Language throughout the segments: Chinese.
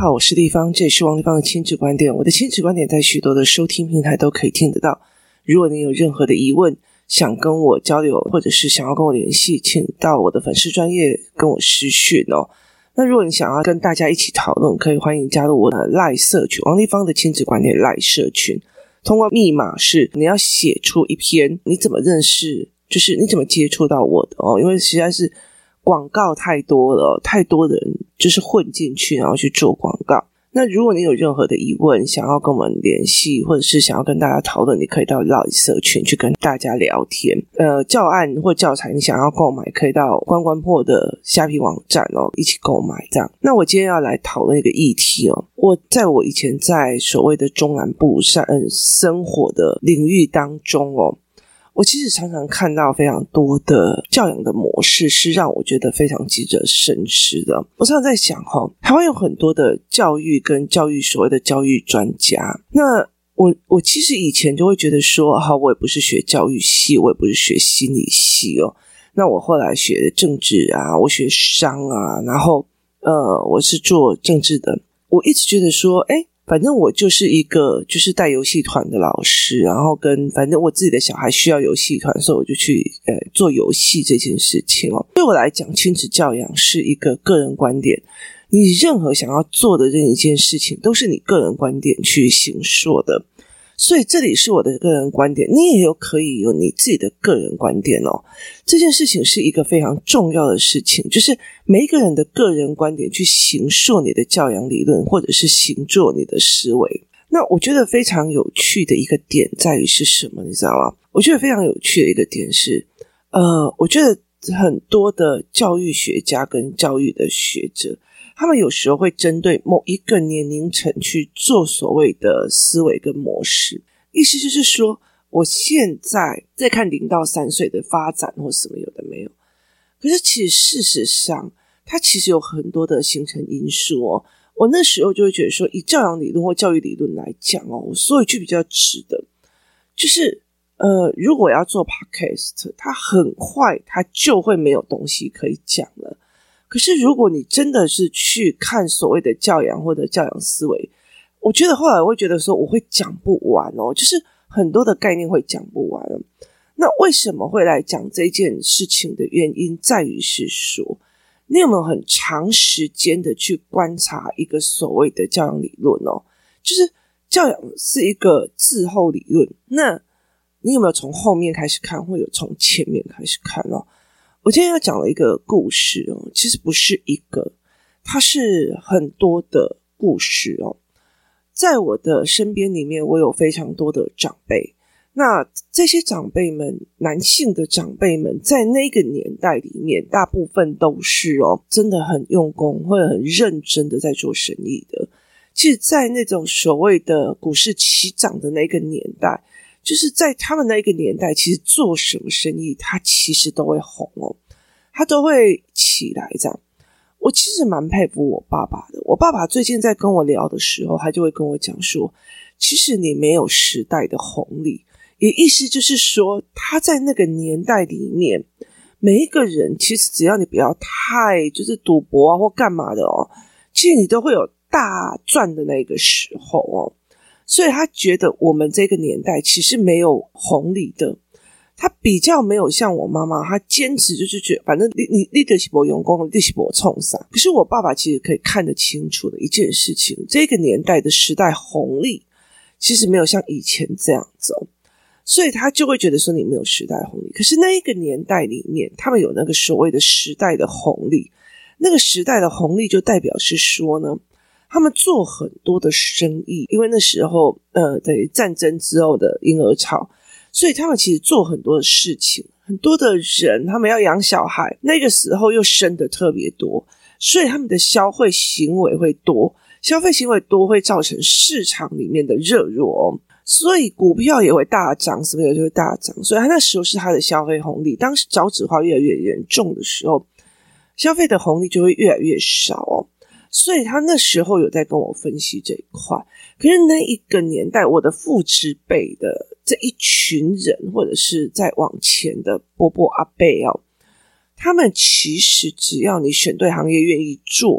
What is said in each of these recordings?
好，我是立方，这也是王立方的亲子观点。我的亲子观点在许多的收听平台都可以听得到。如果你有任何的疑问，想跟我交流，或者是想要跟我联系，请到我的粉丝专页跟我私讯哦。那如果你想要跟大家一起讨论，可以欢迎加入我的 LINE 社群，王立方的亲子观点 LINE 社群。通过密码是你要写出一篇你怎么认识，就是你怎么接触到我的哦，因为实在是广告太多了，太多人就是混进去然后去做广告。那如果你有任何的疑问想要跟我们联系，或者是想要跟大家讨论，你可以到 LINE 社群去跟大家聊天。教案或教材你想要购买，可以到关关破的虾皮网站哦，一起购买这样。那我今天要来讨论一个议题哦，我以前在所谓的中南部生活的领域当中哦，我其实常常看到非常多的教养的模式是让我觉得非常值得深思的。我常常在想台湾有很多的教育跟所谓的教育专家，那我其实以前就会觉得说好，我也不是学教育系，我也不是学心理系哦。那我后来学政治啊，我学商啊，然后我是做政治的。我一直觉得说反正我就是一个就是带游戏团的老师，然后反正我自己的小孩需要游戏团，所以我就去做游戏这件事情哦。对我来讲，亲子教养是一个个人观点，你任何想要做的任一件事情都是你个人观点去形塑的，所以这里是我的个人观点，你也可以有你自己的个人观点哦。这件事情是一个非常重要的事情，就是每一个人的个人观点去形塑你的教养理论，或者是形作你的思维。那我觉得非常有趣的一个点在于是什么，你知道吗？我觉得非常有趣的一个点是我觉得很多的教育学家跟教育的学者，他们有时候会针对某一个年龄层去做所谓的思维跟模式，意思就是说我现在在看0到3岁的发展或什么有的没有，可是其实事实上它其实有很多的形成因素哦。我那时候就会觉得说，以教养理论或教育理论来讲哦，我说一句比较直的，就是如果要做 podcast， 它很快它就会没有东西可以讲了。可是如果你真的是去看所谓的教养或者教养思维，我觉得后来我会觉得说我会讲不完哦，就是很多的概念会讲不完哦。那为什么会来讲这件事情的原因在于是说，你有没有很长时间的去观察一个所谓的教养理论哦？就是教养是一个滞后理论，那你有没有从后面开始看，或者从前面开始看哦？我今天要讲了一个故事哦，其实不是一个，它是很多的故事哦。在我的身边里面，我有非常多的长辈，那这些长辈们，男性的长辈们，在那个年代里面，大部分都是真的很用功或者很认真的在做生意的。其实在那种所谓的股市起涨的那个年代，就是在他们那个年代，其实做什么生意他其实都会红哦，他都会起来这样。我其实蛮佩服我爸爸的，我爸爸最近在跟我聊的时候，他就会跟我讲说，其实你没有时代的红利，也意思就是说他在那个年代里面，每一个人其实只要你不要太就是赌博啊或干嘛的其实你都会有大赚的那个时候所以他觉得我们这个年代其实没有红利的，他比较没有像我妈妈，他坚持就是觉得反正你就是没用功，你就是没冲啥。可是我爸爸其实可以看得清楚的一件事情，这个年代的时代红利其实没有像以前这样子所以他就会觉得说你没有时代红利。可是那一个年代里面，他们有那个所谓的时代的红利，那个时代的红利就代表是说呢，他们做很多的生意，因为那时候等于战争之后的婴儿潮，所以他们其实做很多的事情，很多的人他们要养小孩，那个时候又生的特别多，所以他们的消费行为会多，消费行为多会造成市场里面的热络所以股票也会大涨，什么也就会大涨，所以他那时候是他的消费红利。当时少子化越来越严重的时候，消费的红利就会越来越少所以他那时候有在跟我分析这一块。可是那一个年代，我的父执辈的这一群人，或者是在往前的伯伯阿伯他们其实只要你选对行业愿意做，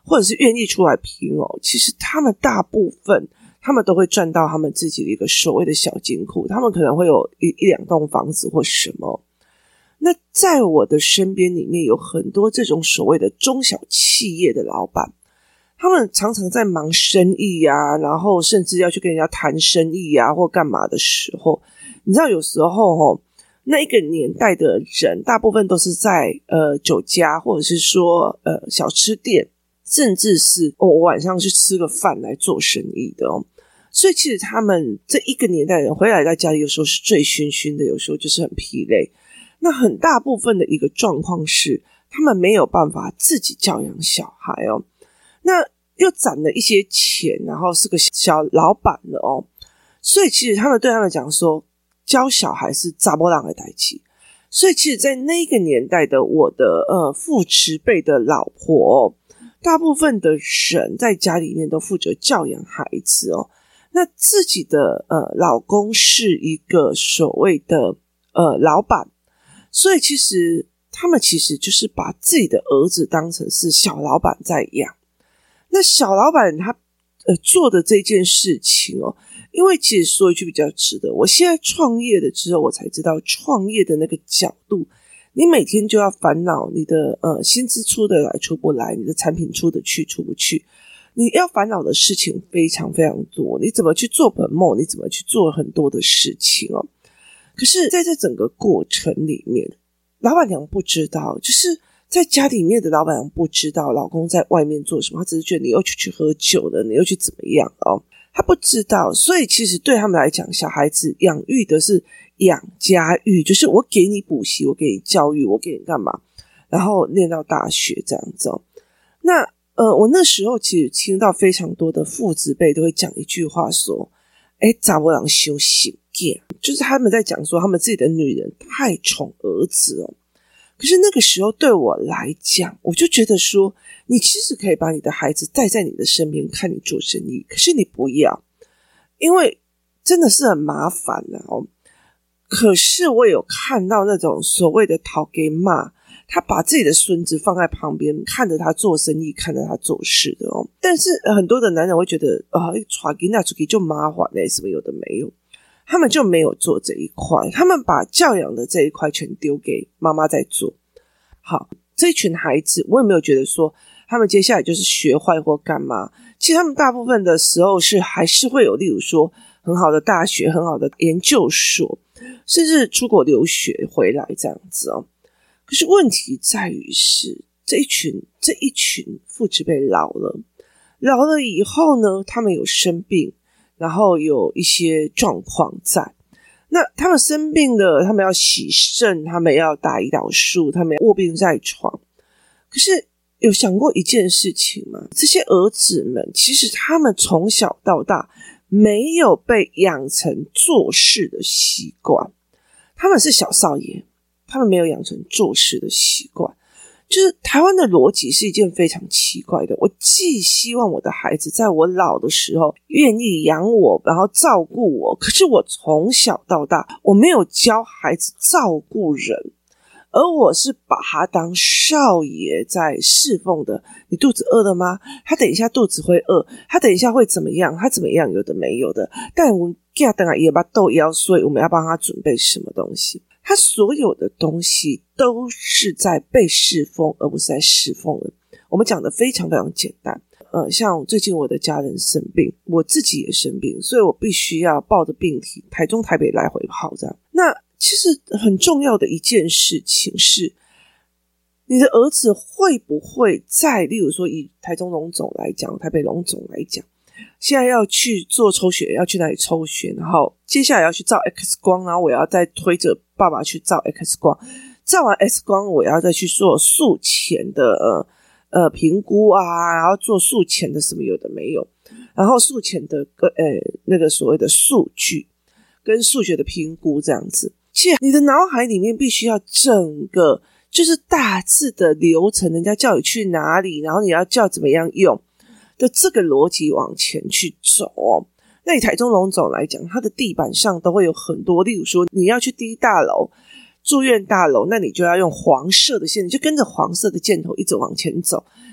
或者是愿意出来拼其实他们大部分他们都会赚到他们自己的一个所谓的小金库，他们可能会有一两栋房子或什么。那在我的身边里面有很多这种所谓的中小企业的老板，他们常常在忙生意啊，然后甚至要去跟人家谈生意啊或干嘛的时候，你知道有时候那一个年代的人大部分都是在酒家或者是说小吃店，甚至是我晚上去吃个饭来做生意的所以其实他们这一个年代的人回来在家里有时候是醉醺醺的，有时候就是很疲累。那很大部分的一个状况是他们没有办法自己教养小孩那又攒了一些钱，然后是个小老板了所以其实他们对他们讲说教小孩是查某人的事情。所以其实在那个年代的我的父执辈的老婆大部分的人在家里面都负责教养孩子那自己的老公是一个所谓的老板，所以其实他们其实就是把自己的儿子当成是小老板在养。那小老板他做的这件事情因为其实说一句比较直的，我现在创业了之后我才知道创业的那个角度，你每天就要烦恼你的薪资出得来出不来，你的产品出得去出不去，你要烦恼的事情非常非常多，你怎么去做本梦，你怎么去做很多的事情可是在这整个过程里面，老板娘不知道，就是在家里面的老板娘不知道老公在外面做什么，他只是觉得你又去喝酒了，你又去怎么样他不知道。所以其实对他们来讲，小孩子养育的是养家育，就是我给你补习，我给你教育，我给你干嘛，然后念到大学这样子那我那时候其实听到非常多的父子辈都会讲一句话说查某人伤心囝，就是他们在讲说他们自己的女人太宠儿子可是那个时候对我来讲，我就觉得说你其实可以把你的孩子带在你的身边看你做生意，可是你不要，因为真的是很麻烦可是我有看到那种所谓的讨给骂，他把自己的孙子放在旁边看着他做生意，看着他做事的但是很多的男人会觉得带囡仔出去就麻烦什么有的没有，他们就没有做这一块，他们把教养的这一块全丢给妈妈在做。好，这一群孩子我也没有觉得说他们接下来就是学坏或干嘛，其实他们大部分的时候是还是会有例如说很好的大学，很好的研究所，甚至出国留学回来这样子可是问题在于是这一群父执辈老了以后呢，他们有生病，然后有一些状况在，那他们生病了，他们要洗肾，他们要打胰岛素，他们卧病在床。可是有想过一件事情吗？这些儿子们其实他们从小到大没有被养成做事的习惯，他们是小少爷，他们没有养成做事的习惯。就是台湾的逻辑是一件非常奇怪的，我既希望我的孩子在我老的时候愿意养我，然后照顾我，可是我从小到大我没有教孩子照顾人，而我是把他当少爷在侍奉的。你肚子饿了吗？他等一下肚子会饿，他等一下会怎么样，他怎么样有的没有的，但我们给他等下也把豆腰，所以我们要帮他准备什么东西，他所有的东西都是在被侍奉而不是在侍奉人。我们讲的非常非常简单像最近我的家人生病，我自己也生病，所以我必须要抱着病体台中台北来回跑这样。那其实很重要的一件事情是，你的儿子会不会在例如说以台中荣总来讲，台北荣总来讲，现在要去做抽血，要去哪里抽血，然后接下来要去照 X 光，然后我要再推着爸爸去照 X 光，照完 X 光我要再去做术前的评估啊，然后做术前的什么有的没有，然后术前的那个所谓的数据跟数学的评估这样子。其实你的脑海里面必须要整个就是大致的流程，人家叫你去哪里，然后你要叫怎么样用的这个逻辑往前去走那以台中荣总来讲，它的地板上都会有很多，例如说你要去第一大楼住院大楼，那你就要用黄色的线，你就跟着黄色的箭头一直往前走，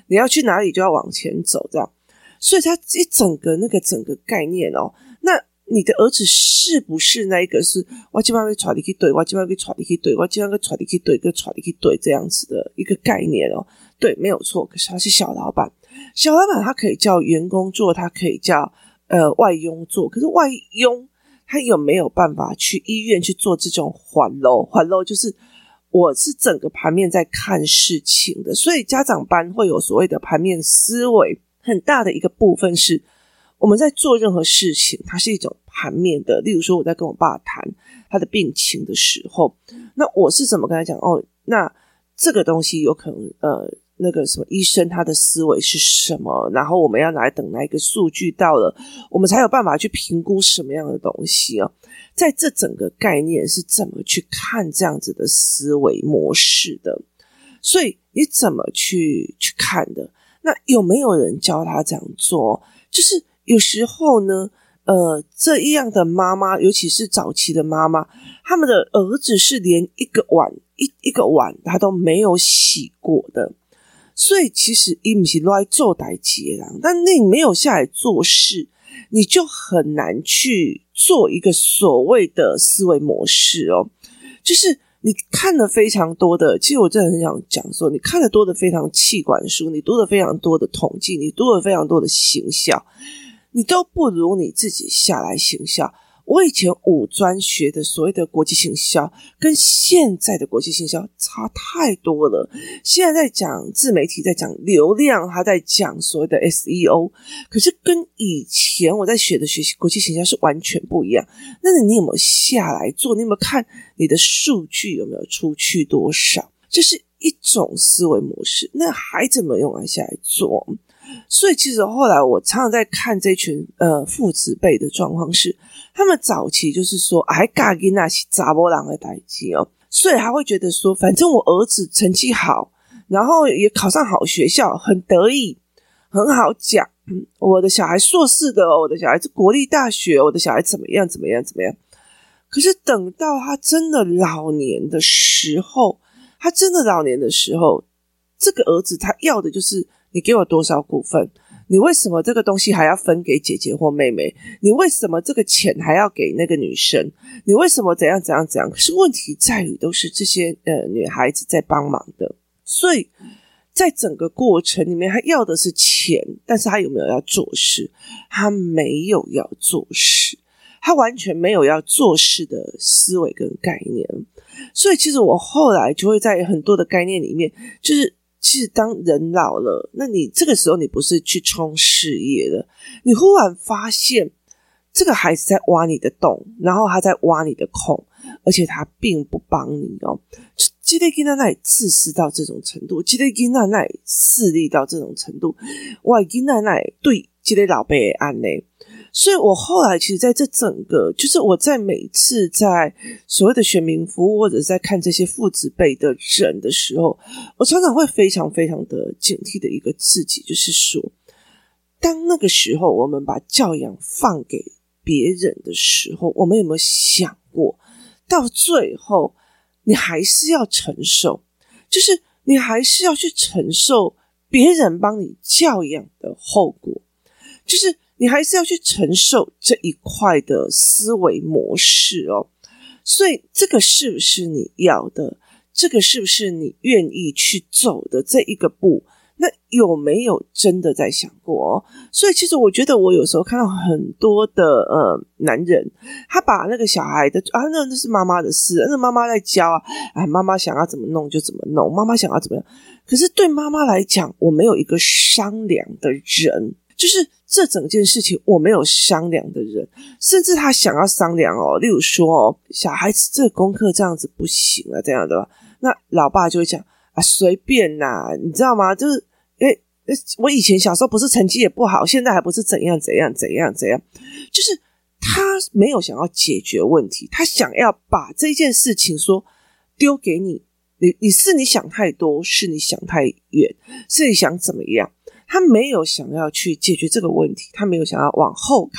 你要去哪里就要往前走这样。所以他一整个概念那你的儿子是不是那一个是我今晚要带你去对，我今晚要带你去对，我今晚要带你去对，跟带你去对这样子的一个概念对，没有错。可是他是小老板，小老板他可以叫员工做，他可以叫外佣做，可是外佣他有没有办法去医院去做这种环漏就是我是整个盘面在看事情的。所以家长班会有所谓的盘面思维，很大的一个部分是我们在做任何事情它是一种盘面的。例如说我在跟我爸谈他的病情的时候，那我是怎么跟他讲那这个东西有可能那个什么医生他的思维是什么，然后我们要来等哪一个数据到了我们才有办法去评估什么样的东西在这整个概念是怎么去看这样子的思维模式的。所以你怎么去看的，那有没有人教他这样做？就是有时候呢这样的妈妈，尤其是早期的妈妈，他们的儿子是连一个碗他都没有洗过的。所以其实他不是都在做代志的人，但你没有下来做事，你就很难去做一个所谓的思维模式就是你看了非常多的，其实我真的很想讲说，你看了多的非常企管书，你读了非常多的统计，你读了非常多的行销，你都不如你自己下来行销。我以前五专学的所谓的国际行销跟现在的国际行销差太多了。现在在讲自媒体，在讲流量，他在讲所谓的 SEO， 可是跟以前我在学的学习国际行销是完全不一样。那你有没有下来做？你有没有看你的数据有没有出去多少？这是一种思维模式，那还怎么用来下来做？所以其实后来我常常在看这群父子辈的状况是，他们早期就是说还嘎给那些查某人的代志所以他会觉得说反正我儿子成绩好，然后也考上好学校，很得意，很好讲我的小孩硕士的我的小孩是国立大学，我的小孩怎么样。可是等到他真的老年的时候，这个儿子他要的就是你给我多少股份，你为什么这个东西还要分给姐姐或妹妹，你为什么这个钱还要给那个女生，你为什么怎样。可是问题在于都是这些女孩子在帮忙的。所以在整个过程里面，他要的是钱，但是他有没有要做事？他没有要做事，他完全没有要做事的思维跟概念。所以其实我后来就会在很多的概念里面，就是其实当人老了，那你这个时候你不是去冲事业了，你忽然发现这个孩子在挖你的洞，然后他在挖你的空，而且他并不帮你这个囡仔哪里自私到这种程度，这个囡仔哪里势利到这种程度，我的囡仔哪里对这个老爸的安呢？所以我后来其实在这整个就是我在每次在所谓的选民服务或者在看这些父子辈的人的时候，我常常会非常非常的警惕的一个自己，就是说当那个时候我们把教养放给别人的时候，我们有没有想过到最后你还是要承受，就是你还是要去承受别人帮你教养的后果，就是你还是要去承受这一块的思维模式所以这个是不是你要的，这个是不是你愿意去走的这一个步，那有没有真的在想过所以其实我觉得我有时候看到很多的男人，他把那个小孩的那是妈妈的事，那妈妈在教妈妈想要怎么弄就怎么弄，妈妈想要怎么样。可是对妈妈来讲，我没有一个商量的人，就是这整件事情我没有商量的人，甚至他想要商量例如说小孩子这个功课这样子不行这样的吧，那老爸就会讲随便啦，你知道吗？就是我以前小时候不是成绩也不好，现在还不是怎样，就是他没有想要解决问题，他想要把这件事情说丢给你，你是你想太多，是你想太远，是你想怎么样，他没有想要去解决这个问题，他没有想要往后看，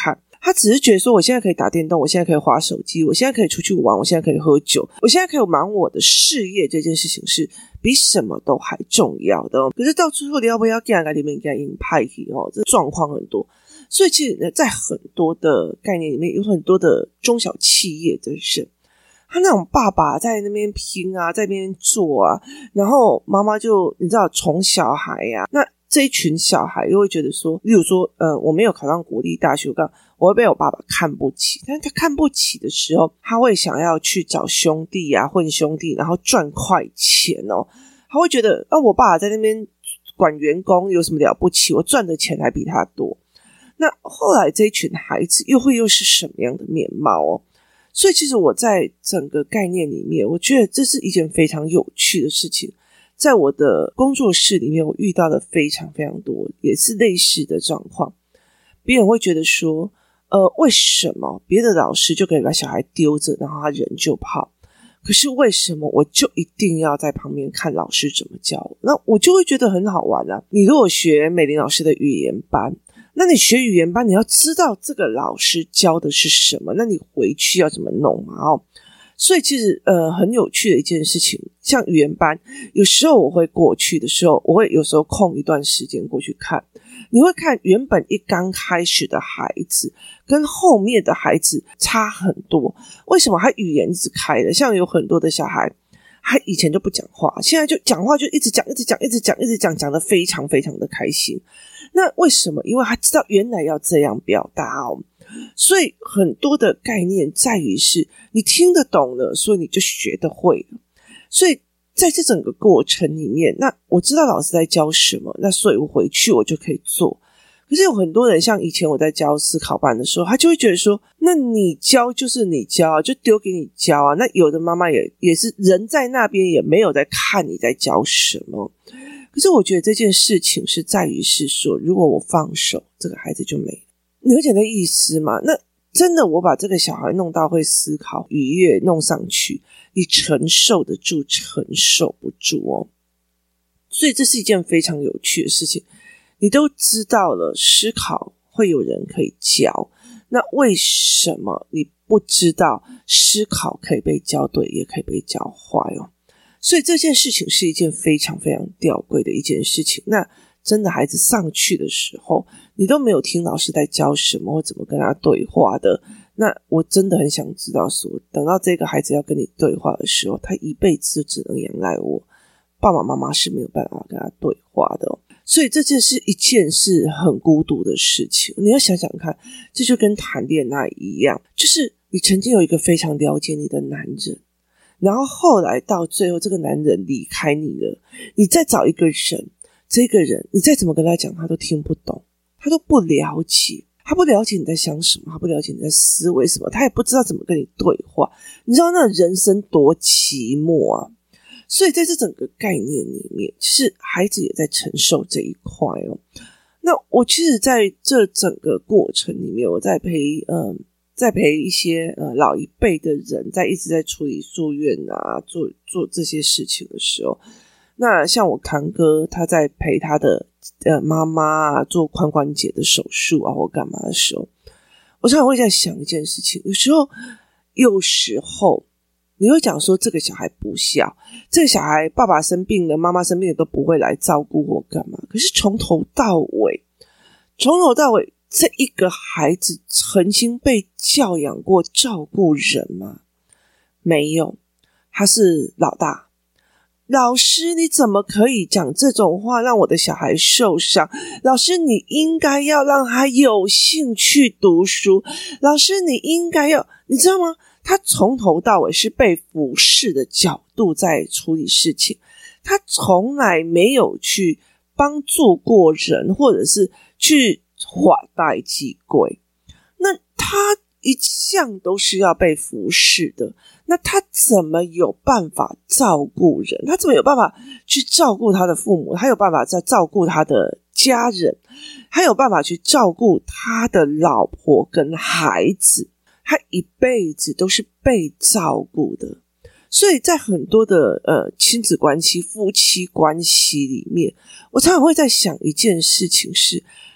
他只是觉得说我现在可以打电动，我现在可以滑手机，我现在可以出去玩，我现在可以喝酒，我现在可以忙我的事业，这件事情是比什么都还重要的。可是到最后你要不要给里面给硬派这状况很多。所以其实在很多的概念里面，有很多的中小企业的人，他那种爸爸在那边拼啊，在那边做啊，然后妈妈就你知道宠小孩啊，那这一群小孩又会觉得说，例如说我没有考上国立大学，我会被我爸爸看不起，但是他看不起的时候，他会想要去找兄弟啊，混兄弟，然后赚快钱哦。他会觉得我爸爸在那边管员工有什么了不起，我赚的钱还比他多。那后来这一群孩子又是什么样的面貌哦？所以其实我在整个概念里面，我觉得这是一件非常有趣的事情。在我的工作室里面，我遇到的非常非常多也是类似的状况。别人会觉得说为什么别的老师就可以把小孩丢着，然后他人就跑，可是为什么我就一定要在旁边看老师怎么教？那我就会觉得很好玩啊。你如果学美玲老师的语言班，那你学语言班，你要知道这个老师教的是什么，那你回去要怎么弄啊？所以其实很有趣的一件事情，像语言班，有时候我会过去的时候，我会有时候空一段时间过去看，你会看原本一刚开始的孩子跟后面的孩子差很多。为什么？他语言一直开了，像有很多的小孩他以前就不讲话，现在就讲话就一直讲讲得非常非常的开心。那为什么？因为他知道原来要这样表达哦。所以很多的概念在于是你听得懂了，所以你就学得会了。所以在这整个过程里面，那我知道老师在教什么，那所以我回去我就可以做。可是有很多人像以前我在教思考班的时候，他就会觉得说，那你教就是你教啊，就丢给你教啊。那有的妈妈也是人在那边也没有在看你在教什么。可是我觉得这件事情是在于是说，如果我放手，这个孩子就没了。你会觉得意思吗？那真的我把这个小孩弄到会思考愉悦弄上去，你承受得住承受不住哦。所以这是一件非常有趣的事情。你都知道了思考会有人可以教，那为什么你不知道思考可以被教对也可以被教坏哦？所以这件事情是一件非常非常吊诡的一件事情。那真的孩子上去的时候，你都没有听老师在教什么或怎么跟他对话的，那我真的很想知道说，等到这个孩子要跟你对话的时候，他一辈子就只能仰赖我，爸爸妈妈是没有办法跟他对话的哦。所以这就是一件是很孤独的事情。你要想想看，这就跟谈恋爱一样，就是你曾经有一个非常了解你的男人，然后后来到最后这个男人离开你了，你再找一个人，这个人你再怎么跟他讲他都听不懂，他都不了解，他不了解你在想什么，他不了解你在思维什么，他也不知道怎么跟你对话。你知道那人生多寂寞啊。所以在这整个概念里面，其实孩子也在承受这一块哦。那我其实在这整个过程里面，我在陪一些老一辈的人在一直在处理住院啊，做这些事情的时候，那像我堂哥他在陪他的妈妈啊做髋关节的手术啊或干嘛的时候，我常常会在想一件事情，有时候你会讲说这个小孩不孝，这个小孩爸爸生病了妈妈生病了都不会来照顾或干嘛，可是从头到尾这一个孩子曾经被教养过照顾人吗？没有，他是老大。老师你怎么可以讲这种话让我的小孩受伤？老师你应该要让他有兴趣读书，老师你应该要，你知道吗？他从头到尾是被俯视的角度在处理事情，他从来没有去帮助过人，或者是去化代济贵。那他一向都是要被服侍的，那他怎么有办法照顾人？他怎么有办法去照顾他的父母？他有办法在照顾他的家人？他有办法去照顾他的老婆跟孩子？他一辈子都是被照顾的。所以在很多的亲子关系、夫妻关系里面，我常常会在想一件事情是，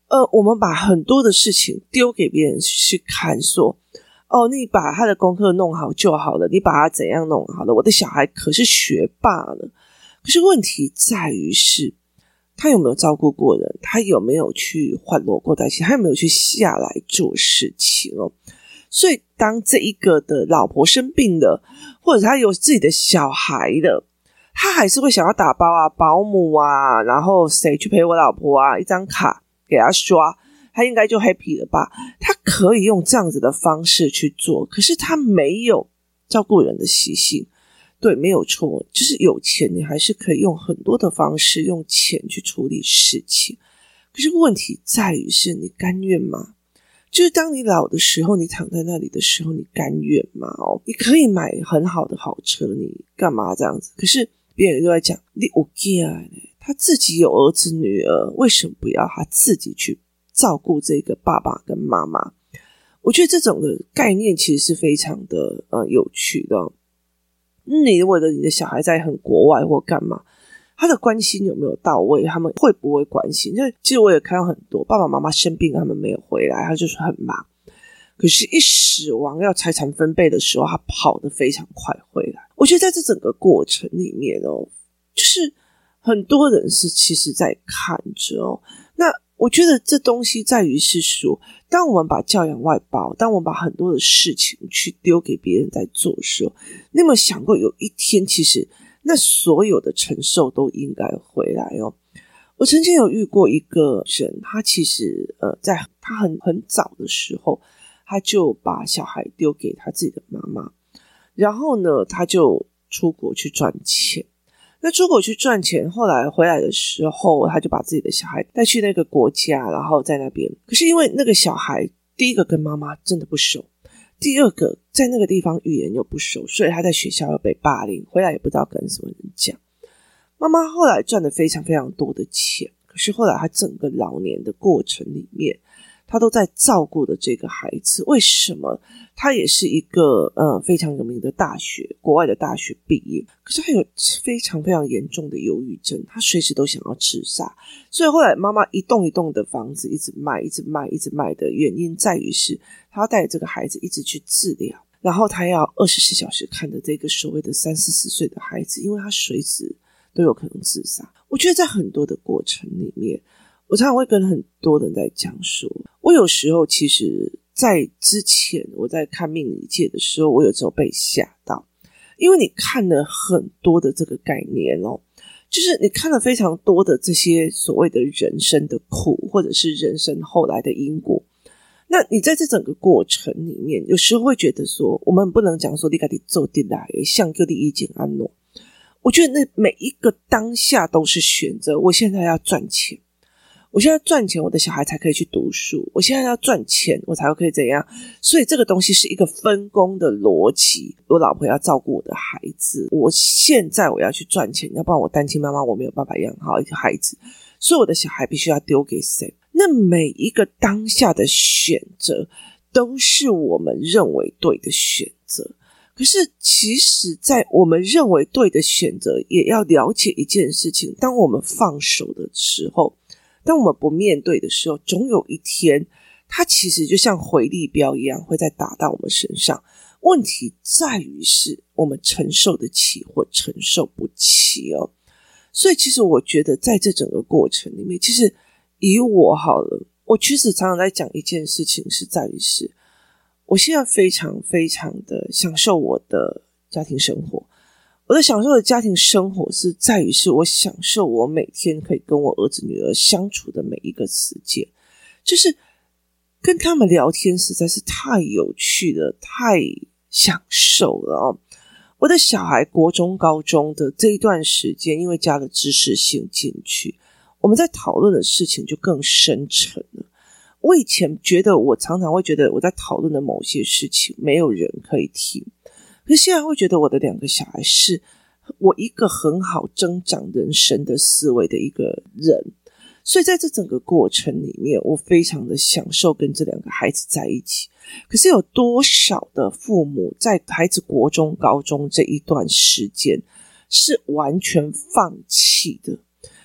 我们把很多的事情丢给别人去看，说你把他的功课弄好就好了，你把他怎样弄好了，我的小孩可是学霸了。可是问题在于是他有没有照顾过人，他有没有去欢乐过代际，他有没有去下来做事情哦。所以当这一个的老婆生病了，或者他有自己的小孩了，他还是会想要打包啊，保姆啊，然后谁去陪我老婆啊，一张卡给他刷，他应该就 happy 了吧。他可以用这样子的方式去做，可是他没有照顾人的习性。对，没有错，就是有钱你还是可以用很多的方式用钱去处理事情。可是问题在于是你甘愿吗？就是当你老的时候，你躺在那里的时候，你甘愿吗？你可以买很好的好车，你干嘛这样子？可是别人都在讲你有囝呢，他自己有儿子女儿，为什么不要他自己去照顾这个爸爸跟妈妈？我觉得这种的概念其实是非常的有趣的。你如果你的小孩在很国外或干嘛，他的关心有没有到位，他们会不会关心？就其实我也看到很多爸爸妈妈生病他们没有回来，他就是很忙，可是一死亡要财产分配的时候，他跑得非常快回来。我觉得在这整个过程里面就是很多人是其实在看着那我觉得这东西在于是说，当我们把教养外包，当我们把很多的事情去丢给别人在做的时候，你有没有想过有一天其实那所有的承受都应该回来我曾经有遇过一个人，他其实在他很早的时候，他就把小孩丢给他自己的妈妈，然后呢他就出国去赚钱。那出国去赚钱，后来回来的时候，他就把自己的小孩带去那个国家，然后在那边。可是因为那个小孩，第一个跟妈妈真的不熟，第二个在那个地方语言又不熟，所以他在学校又被霸凌，回来也不知道跟什么人讲。妈妈后来赚了非常非常多的钱，可是后来他整个老年的过程里面，他都在照顾的这个孩子。为什么？他也是一个非常有名的大学，国外的大学毕业，可是他有非常非常严重的忧郁症，他随时都想要自杀。所以后来妈妈一栋一栋的房子一直卖一直卖一直卖的原因在于是他要带着这个孩子一直去治疗，然后他要24小时看着这个所谓的30-40岁的孩子，因为他随时都有可能自杀。我觉得在很多的过程里面，我常常会跟很多人在讲说，我有时候其实在之前我在看命理界的时候，我有时候被吓到，因为你看了很多的这个概念就是你看了非常多的这些所谓的人生的苦，或者是人生后来的因果。那你在这整个过程里面，有时候会觉得说，我们不能讲说你自己做得来像叫你意见安诺。我觉得那每一个当下都是选择，我现在要赚钱，我现在赚钱，我的小孩才可以去读书，我现在要赚钱，我才可以怎样。所以这个东西是一个分工的逻辑，我老婆要照顾我的孩子，我现在我要去赚钱，要不然我单亲妈妈我没有办法养好一个孩子，所以我的小孩必须要丢给谁。那每一个当下的选择都是我们认为对的选择，可是其实在我们认为对的选择，也要了解一件事情，当我们放手的时候，当我们不面对的时候，总有一天它其实就像回力镖一样会再打到我们身上。问题在于是我们承受得起或承受不起所以其实我觉得在这整个过程里面，其实以我好了，我其实常常在讲一件事情，是在于是我现在非常非常的享受我的家庭生活。我的享受的家庭生活是在于是我享受我每天可以跟我儿子女儿相处的每一个时间，就是跟他们聊天实在是太有趣了，太享受了我的小孩国中高中的这一段时间，因为加了知识性进去，我们在讨论的事情就更深沉了。我以前觉得我常常会觉得我在讨论的某些事情没有人可以听，可是现在会觉得我的2个小孩是我一个很好增长人生的思维的一个人，所以在这整个过程里面，我非常的享受跟这2个孩子在一起。可是有多少的父母在孩子国中高中这一段时间是完全放弃的，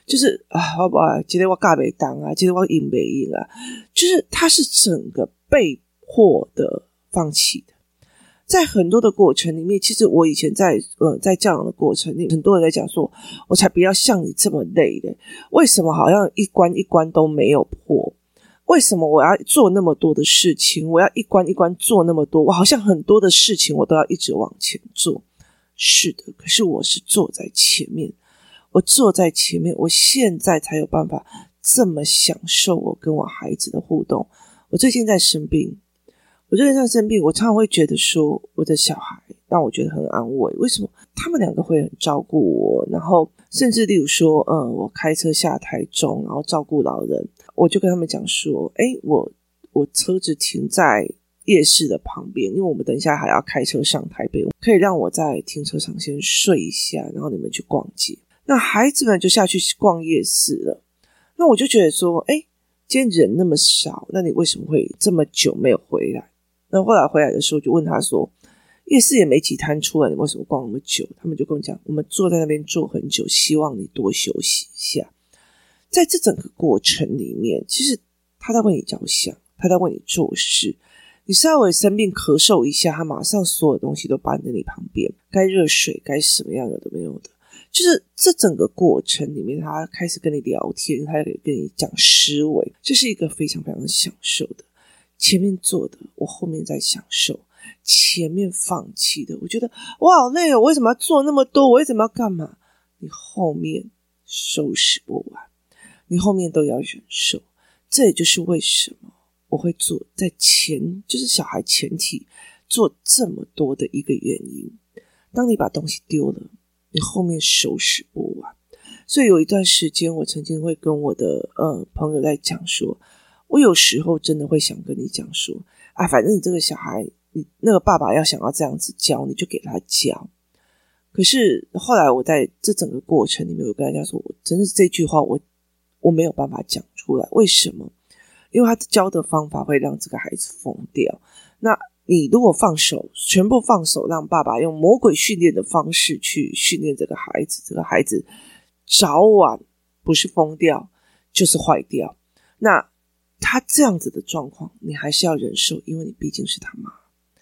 就是今天我尬没当啊，今天我赢没赢啊，就是他是整个被迫的放弃的。在很多的过程里面，其实我以前在教养的过程里，很多人在讲说，我才不要像你这么累的，为什么好像一关一关都没有破？为什么我要做那么多的事情？我要一关一关做那么多，我好像很多的事情我都要一直往前做。是的，可是我是坐在前面，我现在才有办法这么享受我跟我孩子的互动。我最近在生病，我常常会觉得说，我的小孩让我觉得很安慰。为什么？他们两个会很照顾我，然后甚至例如说，我开车下台中，然后照顾老人，我就跟他们讲说，我车子停在夜市的旁边，因为我们等一下还要开车上台北，可以让我在停车场先睡一下，然后你们去逛街。那孩子们就下去逛夜市了。那我就觉得说，今天人那么少，那你为什么会这么久没有回来？那后来回来的时候就问他说，夜市也没几摊出来，你为什么逛那么久？他们就跟我讲，我们坐在那边坐很久，希望你多休息一下。在这整个过程里面，其实他在为你着想，他在为你做事。你稍微生病咳嗽一下，他马上所有东西都搬在你旁边，该热水该什么样有的没有的，就是这整个过程里面，他开始跟你聊天，他可以跟你讲思维，这是一个非常非常享受的。前面做的我后面在享受，前面放弃的我觉得我好累哦，我为什么要做那么多，我为什么要干嘛，你后面收拾不完，你后面都要忍受。这也就是为什么我会做在就是小孩前体做这么多的一个原因。当你把东西丢了，你后面收拾不完。所以有一段时间我曾经会跟我的朋友在讲说，我有时候真的会想跟你讲说，反正你这个小孩，你那个爸爸要想要这样子教，你就给他教。可是后来我在这整个过程里面，我跟他讲说，我真的是这句话我没有办法讲出来。为什么？因为他教的方法会让这个孩子疯掉。那你如果放手，全部放手，让爸爸用魔鬼训练的方式去训练这个孩子，这个孩子早晚不是疯掉就是坏掉。那他这样子的状况你还是要忍受，因为你毕竟是他妈，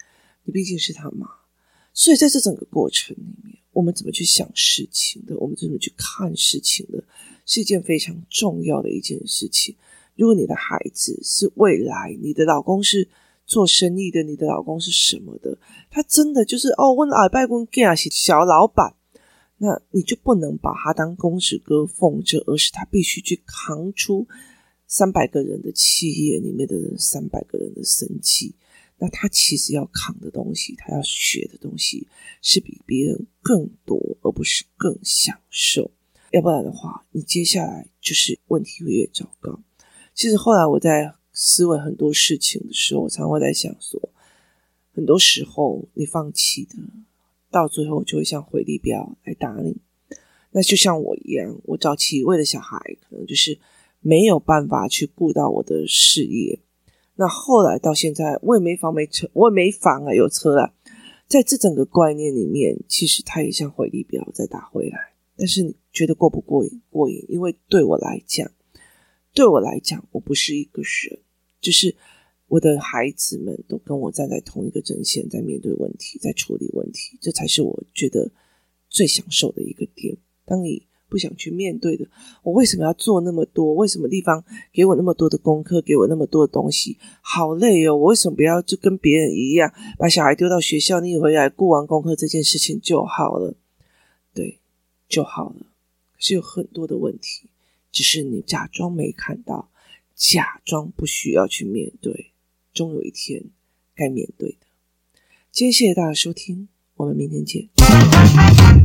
所以在这整个过程里面，我们怎么去想事情的，我们怎么去看事情的，是一件非常重要的一件事情。如果你的孩子是未来，你的老公是做生意的，你的老公是什么的，他真的就是我的拜公家是小老板，那你就不能把他当公子哥奉着，而是他必须去扛出300个人的企业里面的300个人的生计。那他其实要扛的东西，他要学的东西是比别人更多，而不是更享受。要不然的话，你接下来就是问题会越糟糕。其实后来我在思维很多事情的时候，我常会在想说，很多时候你放弃的，到最后就会像回力镖来打你。那就像我一样，我早期为了小孩可能就是没有办法去顾到我的事业，那后来到现在我也没房没车，我也没房啊，有车啊。在这整个概念里面，其实它也像回力镖再打回来。但是你觉得过不过瘾？过瘾，因为对我来讲我不是一个人，就是我的孩子们都跟我站在同一个阵线，在面对问题，在处理问题，这才是我觉得最享受的一个点。当你不想去面对的，我为什么要做那么多？为什么地方给我那么多的功课，给我那么多的东西，好累哦！我为什么不要就跟别人一样，把小孩丢到学校，你回来顾完功课这件事情就好了？对，就好了。可是有很多的问题，只是你假装没看到，假装不需要去面对，终有一天该面对的。今天谢谢大家收听，我们明天见。